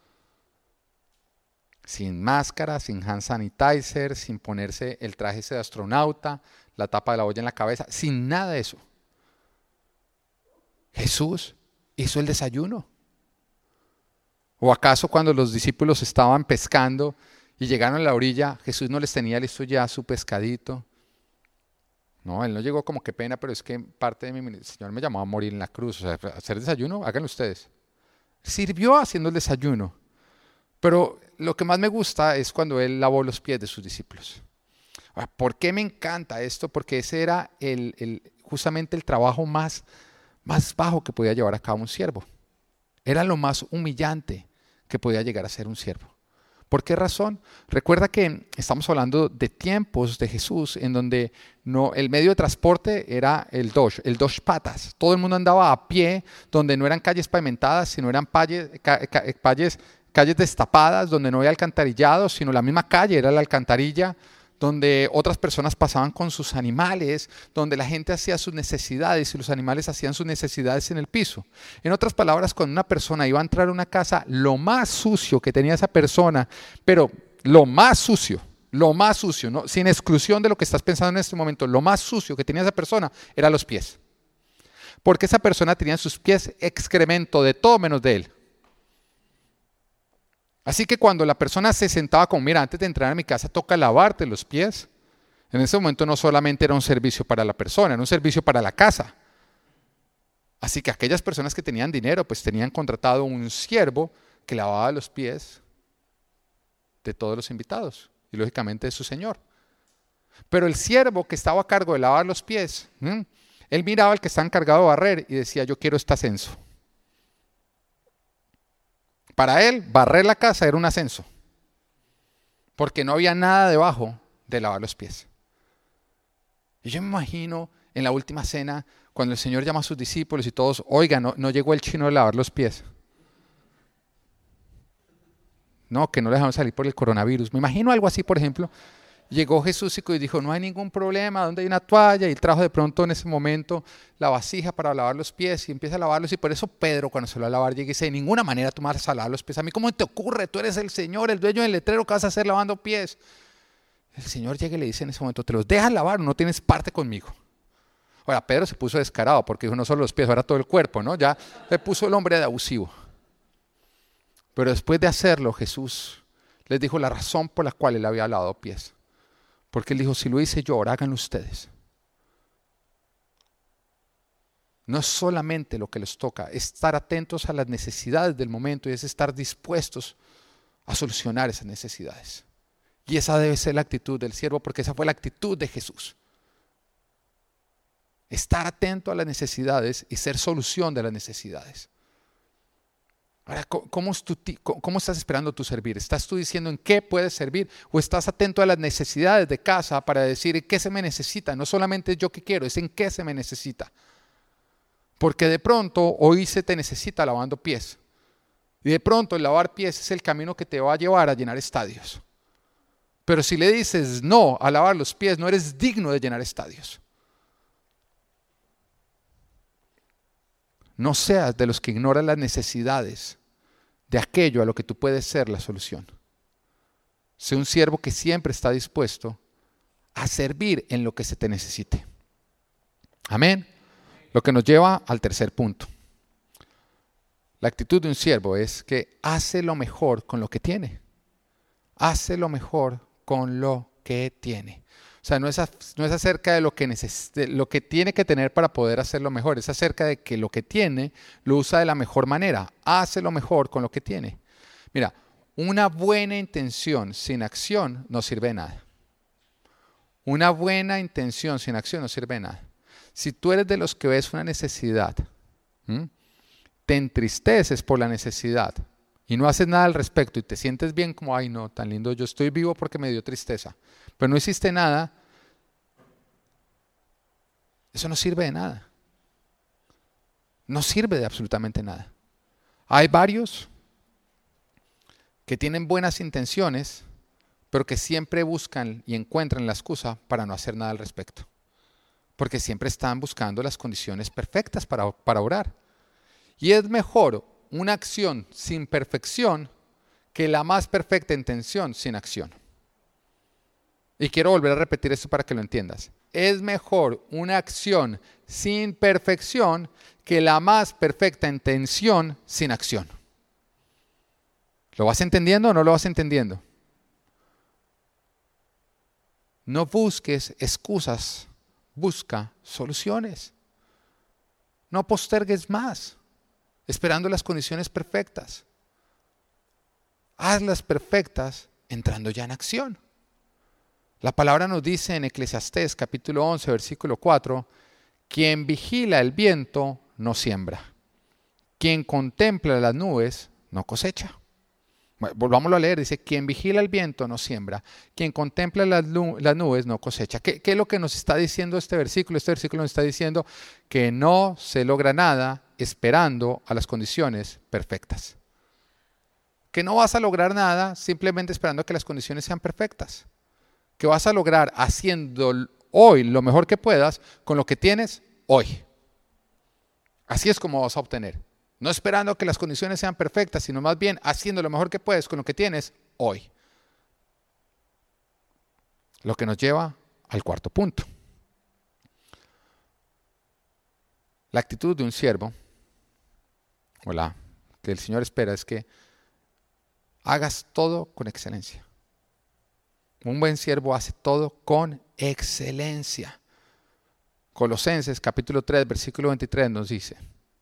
Sin máscara, sin hand sanitizer, sin ponerse el traje ese de astronauta, la tapa de la olla en la cabeza, sin nada de eso. Jesús hizo el desayuno. ¿O acaso cuando los discípulos estaban pescando y llegaron a la orilla, Jesús no les tenía listo ya su pescadito? No, él no llegó como que pena, pero es que parte de el Señor me llamó a morir en la cruz. O sea, hacer desayuno, háganlo ustedes. Sirvió haciendo el desayuno. Pero lo que más me gusta es cuando él lavó los pies de sus discípulos. ¿Por qué me encanta esto? Porque ese era justamente el trabajo más bajo que podía llevar a cabo un siervo. Era lo más humillante que podía llegar a ser un siervo. ¿Por qué razón? Recuerda que estamos hablando de tiempos de Jesús en donde el medio de transporte era el dos patas. Todo el mundo andaba a pie, donde no eran calles pavimentadas, sino eran calles destapadas, donde no había alcantarillado, sino la misma calle era la alcantarilla, donde otras personas pasaban con sus animales, donde la gente hacía sus necesidades y los animales hacían sus necesidades en el piso. En otras palabras, cuando una persona iba a entrar a una casa, lo más sucio que tenía esa persona, pero lo más sucio, ¿no? Sin exclusión de lo que estás pensando en este momento, lo más sucio que tenía esa persona eran los pies. Porque esa persona tenía en sus pies excremento de todo menos de él. Así que cuando la persona se sentaba como, mira, antes de entrar a mi casa toca lavarte los pies, en ese momento no solamente era un servicio para la persona, era un servicio para la casa. Así que aquellas personas que tenían dinero, pues tenían contratado un siervo que lavaba los pies de todos los invitados y lógicamente de su señor. Pero el siervo que estaba a cargo de lavar los pies, él miraba al que estaba encargado de barrer y decía, yo quiero este ascenso. Para él, barrer la casa era un ascenso, porque no había nada debajo de lavar los pies. Y yo me imagino en la última cena, cuando el Señor llama a sus discípulos y todos, oigan, no llegó el chino de lavar los pies. No, que no le dejaron salir por el coronavirus. Me imagino algo así, por ejemplo. Llegó Jesús y dijo, no hay ningún problema, ¿dónde hay una toalla? Y él trajo de pronto en ese momento la vasija para lavar los pies y empieza a lavarlos. Y por eso Pedro, cuando se lo va a lavar, llega y dice, de ninguna manera tú me vas a lavar los pies. A mí, ¿cómo te ocurre? Tú eres el Señor, el dueño del letrero, ¿qué vas a hacer lavando pies? El Señor llega y le dice en ese momento, ¿te los dejas lavar o no tienes parte conmigo? Ahora, Pedro se puso descarado porque dijo, no solo los pies, ahora todo el cuerpo, ¿no? Ya se puso el hombre de abusivo. Pero después de hacerlo, Jesús les dijo la razón por la cual él había lavado pies. Porque él dijo, si lo hice yo, ahora háganlo ustedes. No es solamente lo que les toca, es estar atentos a las necesidades del momento y es estar dispuestos a solucionar esas necesidades. Y esa debe ser la actitud del siervo, porque esa fue la actitud de Jesús. Estar atento a las necesidades y ser solución de las necesidades. Ahora, ¿cómo estás esperando tú servir? ¿Estás tú diciendo en qué puedes servir? ¿O estás atento a las necesidades de casa para decir en qué se me necesita? No solamente es yo que quiero, es en qué se me necesita. Porque de pronto hoy se te necesita lavando pies. Y de pronto el lavar pies es el camino que te va a llevar a llenar estadios. Pero si le dices no a lavar los pies, no eres digno de llenar estadios. No seas de los que ignoran las necesidades de aquello a lo que tú puedes ser la solución. Sé un siervo que siempre está dispuesto a servir en lo que se te necesite. Amén. Lo que nos lleva al tercer punto. La actitud de un siervo es que hace lo mejor con lo que tiene. Hace lo mejor con lo que tiene. O sea, no es acerca de lo que tiene que tener para poder hacerlo mejor. Es acerca de que lo que tiene lo usa de la mejor manera. Hace lo mejor con lo que tiene. Mira, una buena intención sin acción no sirve de nada. Una buena intención sin acción no sirve de nada. Si tú eres de los que ves una necesidad, te entristeces por la necesidad y no haces nada al respecto y te sientes bien como, ay no, tan lindo, yo estoy vivo porque me dio tristeza, pero no hiciste nada, eso no sirve de nada. No sirve de absolutamente nada. Hay varios que tienen buenas intenciones, pero que siempre buscan y encuentran la excusa para no hacer nada al respecto. Porque siempre están buscando las condiciones perfectas para orar. Y es mejor una acción sin perfección que la más perfecta intención sin acción. Y quiero volver a repetir esto para que lo entiendas. Es mejor una acción sin perfección que la más perfecta intención sin acción. ¿Lo vas entendiendo o no lo vas entendiendo? No busques excusas, busca soluciones. No postergues más, esperando las condiciones perfectas. Hazlas perfectas entrando ya en acción. La palabra nos dice en Eclesiastés capítulo 11, versículo 4, quien vigila el viento no siembra, quien contempla las nubes no cosecha. Bueno, volvámoslo a leer, dice, quien vigila el viento no siembra, quien contempla las nubes no cosecha. ¿Qué es lo que nos está diciendo este versículo? Este versículo nos está diciendo que no se logra nada esperando a las condiciones perfectas. Que no vas a lograr nada simplemente esperando a que las condiciones sean perfectas. Que vas a lograr haciendo hoy lo mejor que puedas con lo que tienes hoy. Así es como vas a obtener. No esperando que las condiciones sean perfectas, sino más bien haciendo lo mejor que puedes con lo que tienes hoy. Lo que nos lleva al cuarto punto. La actitud de un siervo, o la que el Señor espera, es que hagas todo con excelencia. Un buen siervo hace todo con excelencia. Colosenses capítulo 3, versículo 23 nos dice,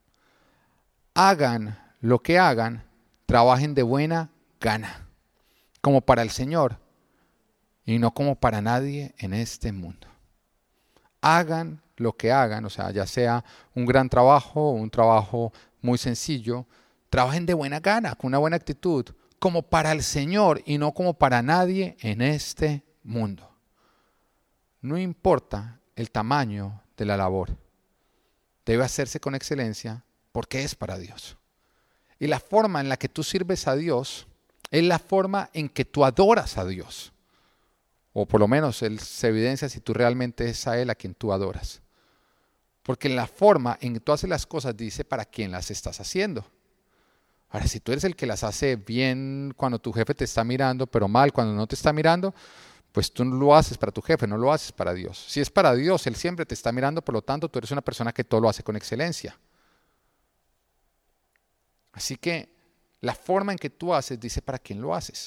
hagan lo que hagan, trabajen de buena gana, como para el Señor y no como para nadie en este mundo. Hagan lo que hagan, o sea, ya sea un gran trabajo o un trabajo muy sencillo, trabajen de buena gana, con una buena actitud, como para el Señor y no como para nadie en este mundo. No importa el tamaño de la labor, debe hacerse con excelencia porque es para Dios. Y la forma en la que tú sirves a Dios es la forma en que tú adoras a Dios. O por lo menos Él se evidencia si tú realmente es a Él a quien tú adoras. Porque la forma en que tú haces las cosas dice para quién las estás haciendo. Ahora, si tú eres el que las hace bien cuando tu jefe te está mirando, pero mal cuando no te está mirando, pues tú no lo haces para tu jefe, no lo haces para Dios. Si es para Dios, Él siempre te está mirando, por lo tanto, tú eres una persona que todo lo hace con excelencia. Así que la forma en que tú haces dice para quién lo haces.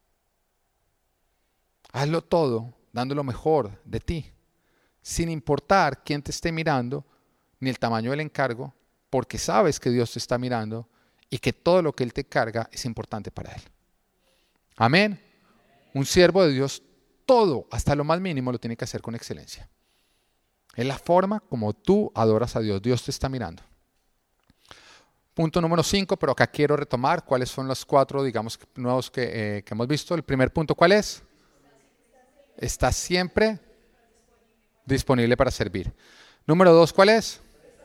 Hazlo todo dando lo mejor de ti, sin importar quién te esté mirando, ni el tamaño del encargo, porque sabes que Dios te está mirando y que todo lo que Él te carga es importante para Él. Amén. Un siervo de Dios, todo, hasta lo más mínimo, lo tiene que hacer con excelencia. Es la forma como tú adoras a Dios. Dios te está mirando. Punto número 5, pero acá quiero retomar cuáles son los 4, digamos, nuevos que hemos visto. El primer punto, ¿cuál es? Está siempre disponible para servir. Número 2, ¿cuál es?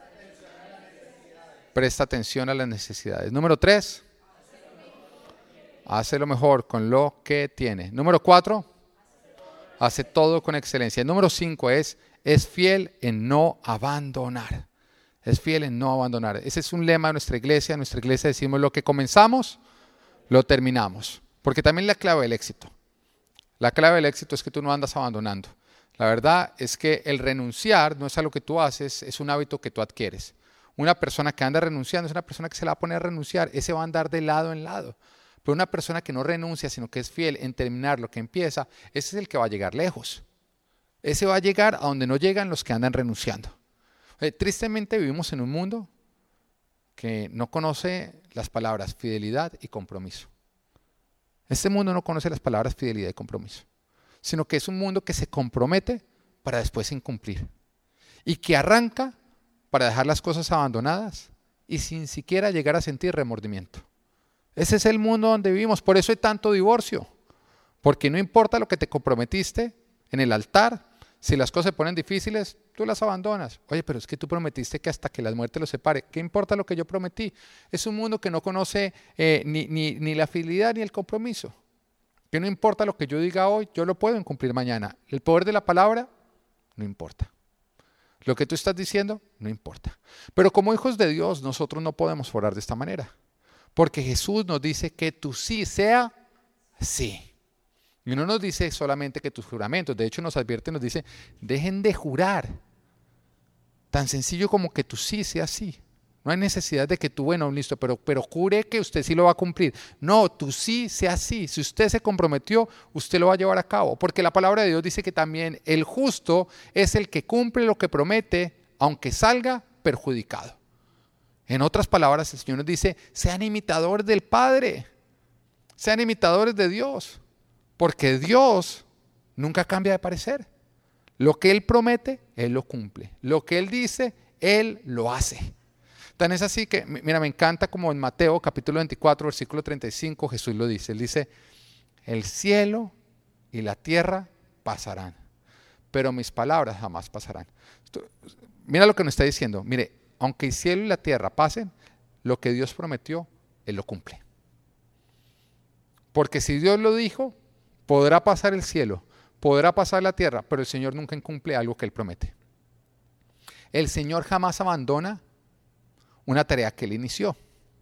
Presta atención a las necesidades. Número 3, hace lo mejor con lo que tiene. Número 4, hace todo con excelencia. Número 5 es fiel en no abandonar. Es fiel en no abandonar. Ese es un lema de nuestra iglesia. En nuestra iglesia decimos lo que comenzamos, lo terminamos. Porque también la clave del éxito. La clave del éxito es que tú no andas abandonando. La verdad es que el renunciar no es algo que tú haces, es un hábito que tú adquieres. Una persona que anda renunciando es una persona que se la va a poner a renunciar. Ese va a andar de lado en lado. Pero una persona que no renuncia, sino que es fiel en terminar lo que empieza, ese es el que va a llegar lejos. Ese va a llegar a donde no llegan los que andan renunciando. Tristemente vivimos en un mundo que no conoce las palabras fidelidad y compromiso. Este mundo no conoce las palabras fidelidad y compromiso. sino que es un mundo que se compromete para después incumplir y que arranca para dejar las cosas abandonadas y sin siquiera llegar a sentir remordimiento. Ese es el mundo donde vivimos, por eso hay tanto divorcio, porque no importa lo que te comprometiste en el altar, si las cosas se ponen difíciles, tú las abandonas. Oye, pero es que tú prometiste que hasta que la muerte los separe. ¿Qué importa lo que yo prometí? Es un mundo que no conoce ni la fidelidad ni el compromiso. Que no importa lo que yo diga hoy, yo lo puedo incumplir mañana. El poder de la palabra, no importa. Lo que tú estás diciendo, no importa. Pero como hijos de Dios, nosotros no podemos orar de esta manera. Porque Jesús nos dice que tu sí sea sí. Y no nos dice solamente que tus juramentos, de hecho nos advierte, nos dice, dejen de jurar. Tan sencillo como que tu sí sea sí. No hay necesidad de que tú, bueno, listo, pero jure que usted sí lo va a cumplir. No, tu sí sea sí. Si usted se comprometió, usted lo va a llevar a cabo. Porque la palabra de Dios dice que también el justo es el que cumple lo que promete, aunque salga perjudicado. En otras palabras, el Señor nos dice, sean imitadores del Padre. Sean imitadores de Dios. Porque Dios nunca cambia de parecer. Lo que Él promete, Él lo cumple. Lo que Él dice, Él lo hace. Tan es así que, mira, me encanta como en Mateo capítulo 24, versículo 35, Jesús lo dice. Él dice, el cielo y la tierra pasarán, pero mis palabras jamás pasarán. Mira lo que nos está diciendo. Mire, aunque el cielo y la tierra pasen, lo que Dios prometió, Él lo cumple. Porque si Dios lo dijo, podrá pasar el cielo, podrá pasar la tierra, pero el Señor nunca incumple algo que Él promete. El Señor jamás abandona una tarea que Él inició.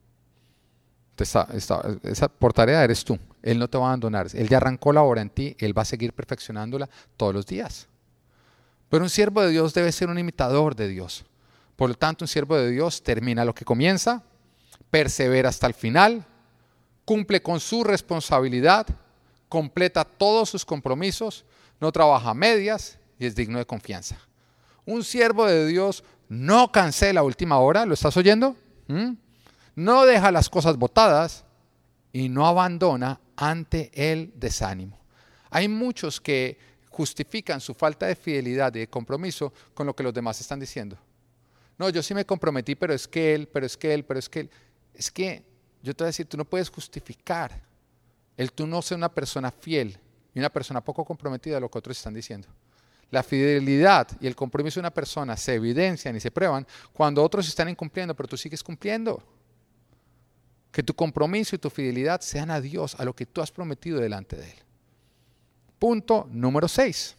Esa por tarea eres tú. Él no te va a abandonar. Él ya arrancó la obra en ti, Él va a seguir perfeccionándola todos los días. Pero un siervo de Dios debe ser un imitador de Dios. Por lo tanto, un siervo de Dios termina lo que comienza, persevera hasta el final, cumple con su responsabilidad, completa todos sus compromisos, no trabaja a medias y es digno de confianza. Un siervo de Dios no cancela a última hora, ¿lo estás oyendo? No deja las cosas botadas y no abandona ante el desánimo. Hay muchos que justifican su falta de fidelidad y de compromiso con lo que los demás están diciendo. No, yo sí me comprometí, pero es que él. Es que yo te voy a decir, tú no puedes justificar el tú no ser una persona fiel y una persona poco comprometida a lo que otros están diciendo. La fidelidad y el compromiso de una persona se evidencian y se prueban cuando otros están incumpliendo, pero tú sigues cumpliendo. Que tu compromiso y tu fidelidad sean a Dios, a lo que tú has prometido delante de Él. Punto número 6.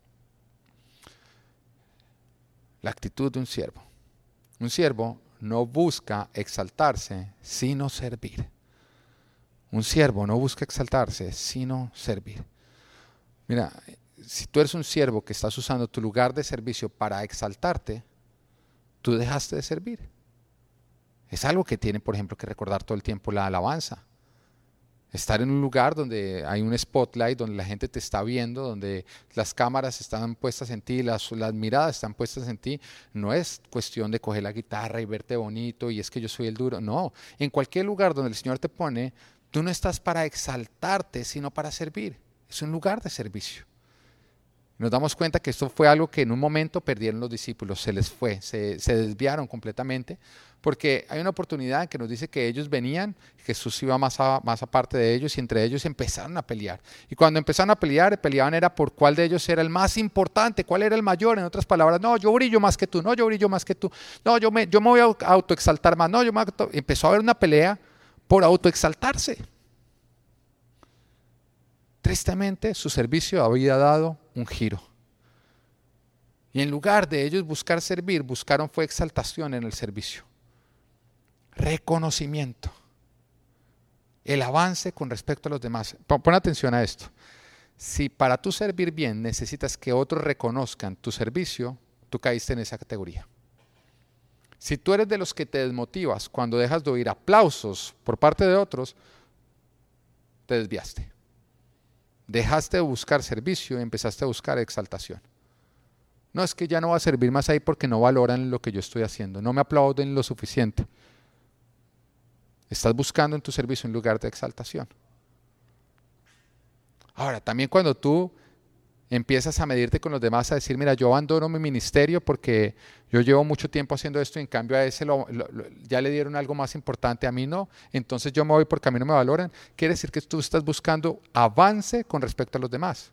La actitud de un siervo. Un siervo no busca exaltarse, sino servir. Un siervo no busca exaltarse, sino servir. Mira, si tú eres un siervo que estás usando tu lugar de servicio para exaltarte, tú dejaste de servir. Es algo que tiene, por ejemplo, que recordar todo el tiempo la alabanza. Estar en un lugar donde hay un spotlight, donde la gente te está viendo, donde las cámaras están puestas en ti, las miradas están puestas en ti, no es cuestión de coger la guitarra y verte bonito y es que yo soy el duro. No, en cualquier lugar donde el Señor te pone, tú no estás para exaltarte, sino para servir. Es un lugar de servicio. Nos damos cuenta que esto fue algo que en un momento perdieron los discípulos, se les fue, se desviaron completamente, porque hay una oportunidad en que nos dice que ellos venían, Jesús iba más aparte de ellos y entre ellos empezaron a pelear. Y cuando empezaron a pelear, peleaban era por cuál de ellos era el más importante, cuál era el mayor. En otras palabras, no, yo brillo más que tú, no, yo brillo más que tú, no, yo me voy a autoexaltar más, no, empezó a haber una pelea por autoexaltarse. Tristemente, su servicio había dado un giro. Y en lugar de ellos buscar servir, buscaron fue exaltación en el servicio. Reconocimiento. El avance con respecto a los demás. Pon atención a esto. Si para tú servir bien necesitas que otros reconozcan tu servicio, tú caíste en esa categoría. Si tú eres de los que te desmotivas cuando dejas de oír aplausos por parte de otros, te desviaste. Dejaste de buscar servicio y empezaste a buscar exaltación. No, es que ya no va a servir más ahí porque no valoran lo que yo estoy haciendo. No me aplauden lo suficiente. Estás buscando en tu servicio un lugar de exaltación. Ahora, también cuando tú Empiezas a medirte con los demás, a decir, mira, yo abandono mi ministerio porque yo llevo mucho tiempo haciendo esto y en cambio a ese ya le dieron algo más importante, a mí no. Entonces yo me voy porque a mí no me valoran. Quiere decir que tú estás buscando avance con respecto a los demás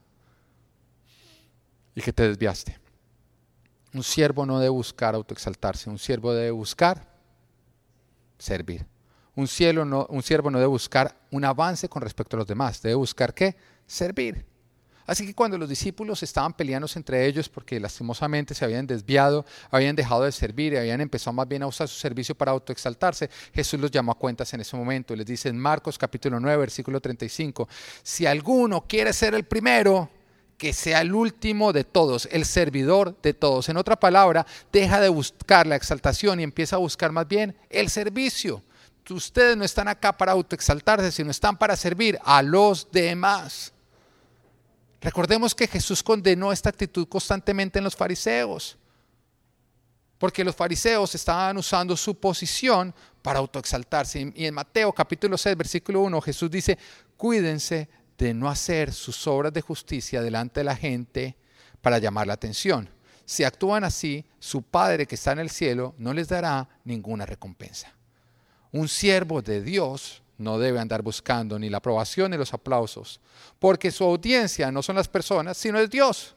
y que te desviaste. Un siervo no debe buscar autoexaltarse, un siervo debe buscar servir. Un siervo no debe buscar un avance con respecto a los demás, debe buscar ¿qué? Servir. Así que cuando los discípulos estaban peleándose entre ellos porque lastimosamente se habían desviado, habían dejado de servir y habían empezado más bien a usar su servicio para autoexaltarse, Jesús los llamó a cuentas en ese momento. Les dice en Marcos capítulo 9, versículo 35, si alguno quiere ser el primero, que sea el último de todos, el servidor de todos. En otra palabra, deja de buscar la exaltación y empieza a buscar más bien el servicio. Ustedes no están acá para autoexaltarse, sino están para servir a los demás. Recordemos que Jesús condenó esta actitud constantemente en los fariseos, porque los fariseos estaban usando su posición para autoexaltarse. Y en Mateo capítulo 6, versículo 1, Jesús dice, cuídense de no hacer sus obras de justicia delante de la gente para llamar la atención. Si actúan así, su Padre que está en el cielo no les dará ninguna recompensa. Un siervo de Dios no debe andar buscando ni la aprobación ni los aplausos, porque su audiencia no son las personas, sino es Dios.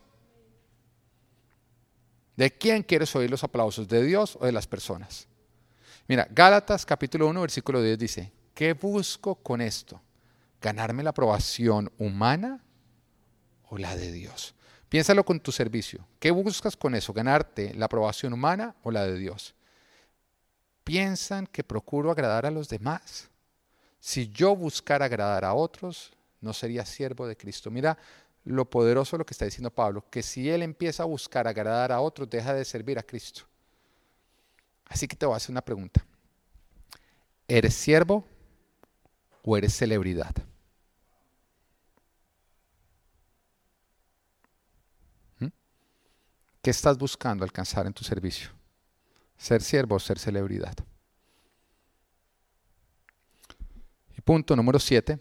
¿De quién quieres oír los aplausos? ¿De Dios o de las personas? Mira, Gálatas capítulo 1, versículo 10 dice, ¿qué busco con esto? ¿Ganarme la aprobación humana o la de Dios? Piénsalo con tu servicio. ¿Qué buscas con eso? ¿Ganarte la aprobación humana o la de Dios? ¿Piensan que procuro agradar a los demás? Si yo buscara agradar a otros, no sería siervo de Cristo. Mira lo poderoso de lo que está diciendo Pablo, que si él empieza a buscar agradar a otros, deja de servir a Cristo. Así que te voy a hacer una pregunta. ¿Eres siervo o eres celebridad? ¿Qué estás buscando alcanzar en tu servicio? ¿Ser siervo o ser celebridad? Y punto número 7.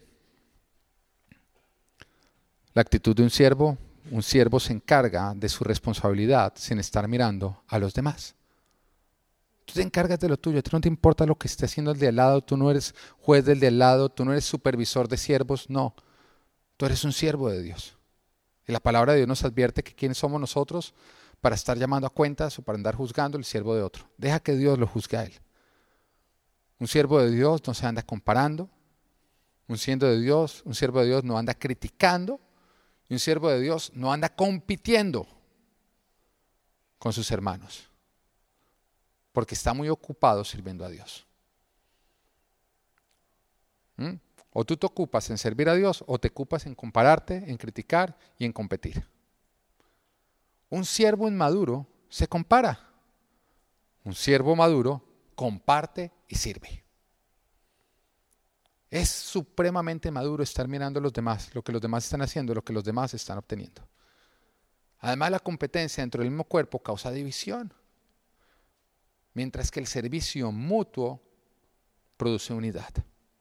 La actitud de un siervo se encarga de su responsabilidad sin estar mirando a los demás. Tú te encargas de lo tuyo, a ti no te importa lo que esté haciendo el de al lado, tú no eres juez del de al lado, tú no eres supervisor de siervos, no. Tú eres un siervo de Dios. Y la palabra de Dios nos advierte que quiénes somos nosotros para estar llamando a cuentas o para andar juzgando el siervo de otro. Deja que Dios lo juzgue a él. Un siervo de Dios no se anda comparando. Un siervo de Dios no anda criticando. Y un siervo de Dios no anda compitiendo con sus hermanos. Porque está muy ocupado sirviendo a Dios. O tú te ocupas en servir a Dios o te ocupas en compararte, en criticar y en competir. Un siervo inmaduro se compara. Un siervo maduro comparte y sirve. Es supremamente maduro estar mirando a los demás, lo que los demás están haciendo, lo que los demás están obteniendo. Además, la competencia dentro del mismo cuerpo causa división, mientras que el servicio mutuo produce unidad.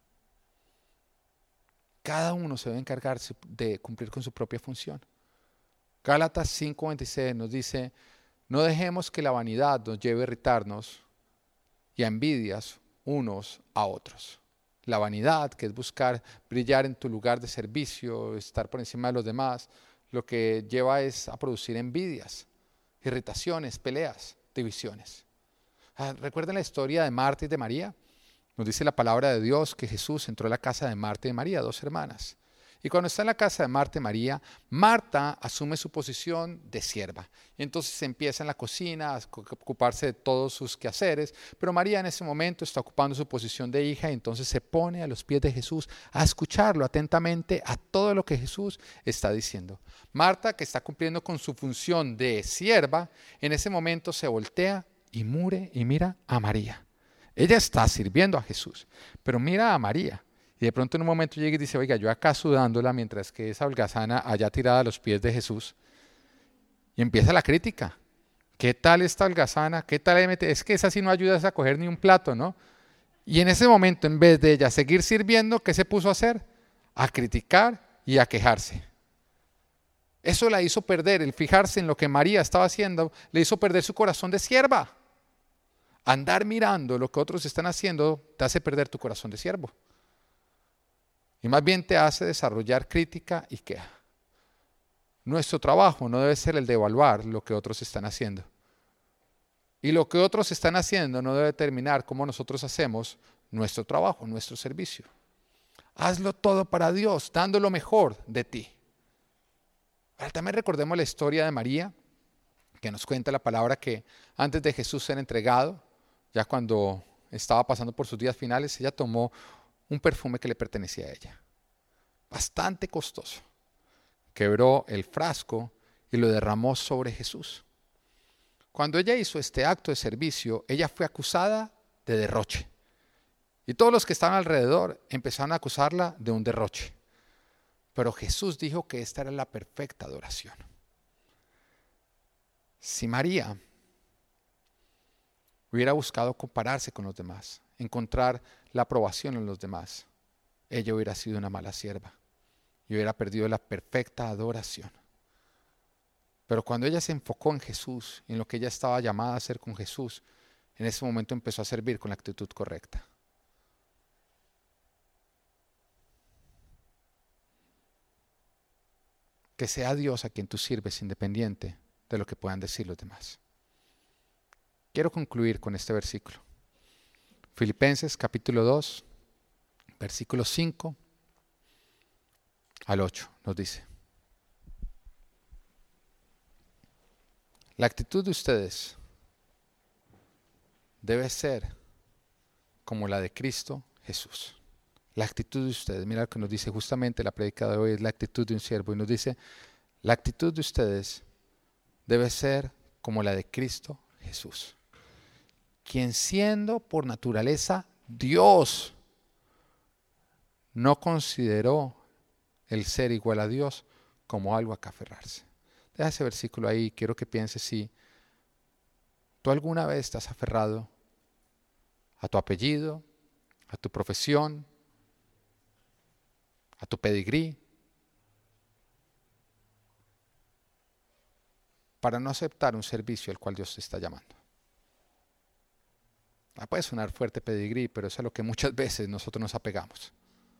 Cada uno se debe encargarse de cumplir con su propia función. Gálatas 5:26 nos dice, no dejemos que la vanidad nos lleve a irritarnos y a envidias unos a otros. La vanidad, que es buscar brillar en tu lugar de servicio, estar por encima de los demás, lo que lleva es a producir envidias, irritaciones, peleas, divisiones. ¿Recuerdan la historia de Marta y de María? Nos dice la palabra de Dios que Jesús entró a la casa de Marta y de María, dos hermanas. Y cuando está en la casa de Marta y María, Marta asume su posición de sierva. Y entonces se empieza en la cocina a ocuparse de todos sus quehaceres, pero María en ese momento está ocupando su posición de hija y entonces se pone a los pies de Jesús a escucharlo atentamente a todo lo que Jesús está diciendo. Marta, que está cumpliendo con su función de sierva, en ese momento se voltea y mira a María. Ella está sirviendo a Jesús, pero mira a María. Y de pronto en un momento llega y dice, oiga, yo acá sudándola mientras que esa holgazana allá tirada a los pies de Jesús. Y empieza la crítica. ¿Qué tal esta holgazana? ¿Qué tal MT? Es que esa sí no ayuda a coger ni un plato, ¿no? Y en ese momento, en vez de ella seguir sirviendo, ¿qué se puso a hacer? A criticar y a quejarse. Eso la hizo perder, el fijarse en lo que María estaba haciendo, le hizo perder su corazón de sierva. Andar mirando lo que otros están haciendo te hace perder tu corazón de siervo. Y más bien te hace desarrollar crítica y queja. Nuestro trabajo no debe ser el de evaluar lo que otros están haciendo. Y lo que otros están haciendo no debe determinar cómo nosotros hacemos nuestro trabajo, nuestro servicio. Hazlo todo para Dios, dando lo mejor de ti. Ahora también recordemos la historia de María, que nos cuenta la palabra que antes de Jesús ser entregado, ya cuando estaba pasando por sus días finales, ella tomó un perfume que le pertenecía a ella, bastante costoso. Quebró el frasco y lo derramó sobre Jesús. Cuando ella hizo este acto de servicio, ella fue acusada de derroche. Y todos los que estaban alrededor empezaron a acusarla de un derroche. Pero Jesús dijo que esta era la perfecta adoración. Si María hubiera buscado compararse con los demás, encontrar la aprobación en los demás, ella hubiera sido una mala sierva y hubiera perdido la perfecta adoración. Pero cuando ella se enfocó en Jesús, en lo que ella estaba llamada a hacer con Jesús, en ese momento empezó a servir con la actitud correcta. Que sea Dios a quien tú sirves independiente de lo que puedan decir los demás. Quiero concluir con este versículo. Filipenses capítulo 2, versículos 5 al 8 nos dice: la actitud de ustedes debe ser como la de Cristo Jesús. La actitud de ustedes, mira lo que nos dice justamente la prédica de hoy, es la actitud de un siervo. Y nos dice, la actitud de ustedes debe ser como la de Cristo Jesús, quien siendo por naturaleza Dios, no consideró el ser igual a Dios como algo a que aferrarse. Deja ese versículo ahí, quiero que pienses si tú alguna vez estás aferrado a tu apellido, a tu profesión, a tu pedigrí, para no aceptar un servicio al cual Dios te está llamando. Puede sonar fuerte pedigrí, pero es a lo que muchas veces nosotros nos apegamos.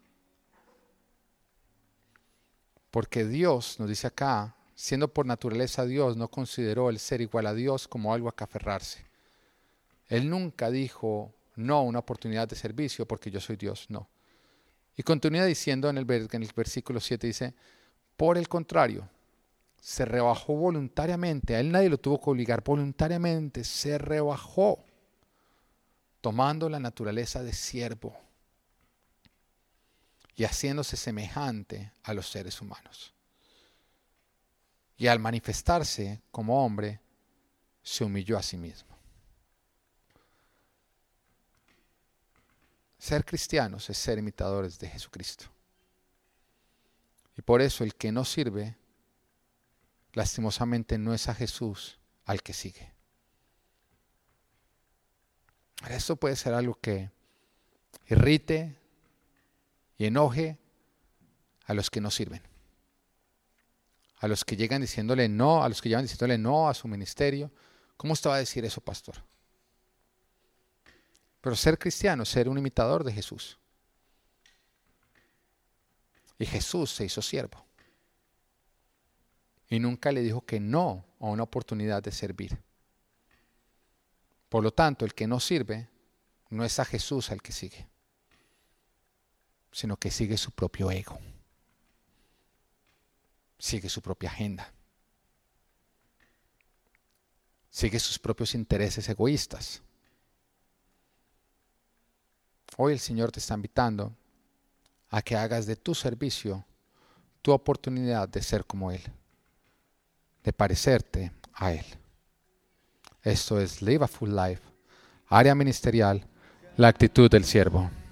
Porque Dios, nos dice acá, siendo por naturaleza Dios, no consideró el ser igual a Dios como algo a que aferrarse. Él nunca dijo no a una oportunidad de servicio porque yo soy Dios, no. Y continúa diciendo en el versículo 7, dice, por el contrario, se rebajó voluntariamente, a él nadie lo tuvo que obligar, voluntariamente se rebajó, tomando la naturaleza de siervo y haciéndose semejante a los seres humanos. Y al manifestarse como hombre, se humilló a sí mismo. Ser cristianos es ser imitadores de Jesucristo. Y por eso el que no sirve, lastimosamente no es a Jesús al que sigue. Ahora, esto puede ser algo que irrite y enoje a los que no sirven. A los que llegan diciéndole no, a los que llevan diciéndole no a su ministerio. ¿Cómo usted va a decir eso, pastor? Pero ser cristiano es ser un imitador de Jesús. Y Jesús se hizo siervo. Y nunca le dijo que no a una oportunidad de servir. Por lo tanto, el que no sirve no es a Jesús al que sigue, sino que sigue su propio ego. Sigue su propia agenda. Sigue sus propios intereses egoístas. Hoy el Señor te está invitando a que hagas de tu servicio tu oportunidad de ser como Él, de parecerte a Él. Esto es Live a Full Life, área ministerial, la actitud del siervo.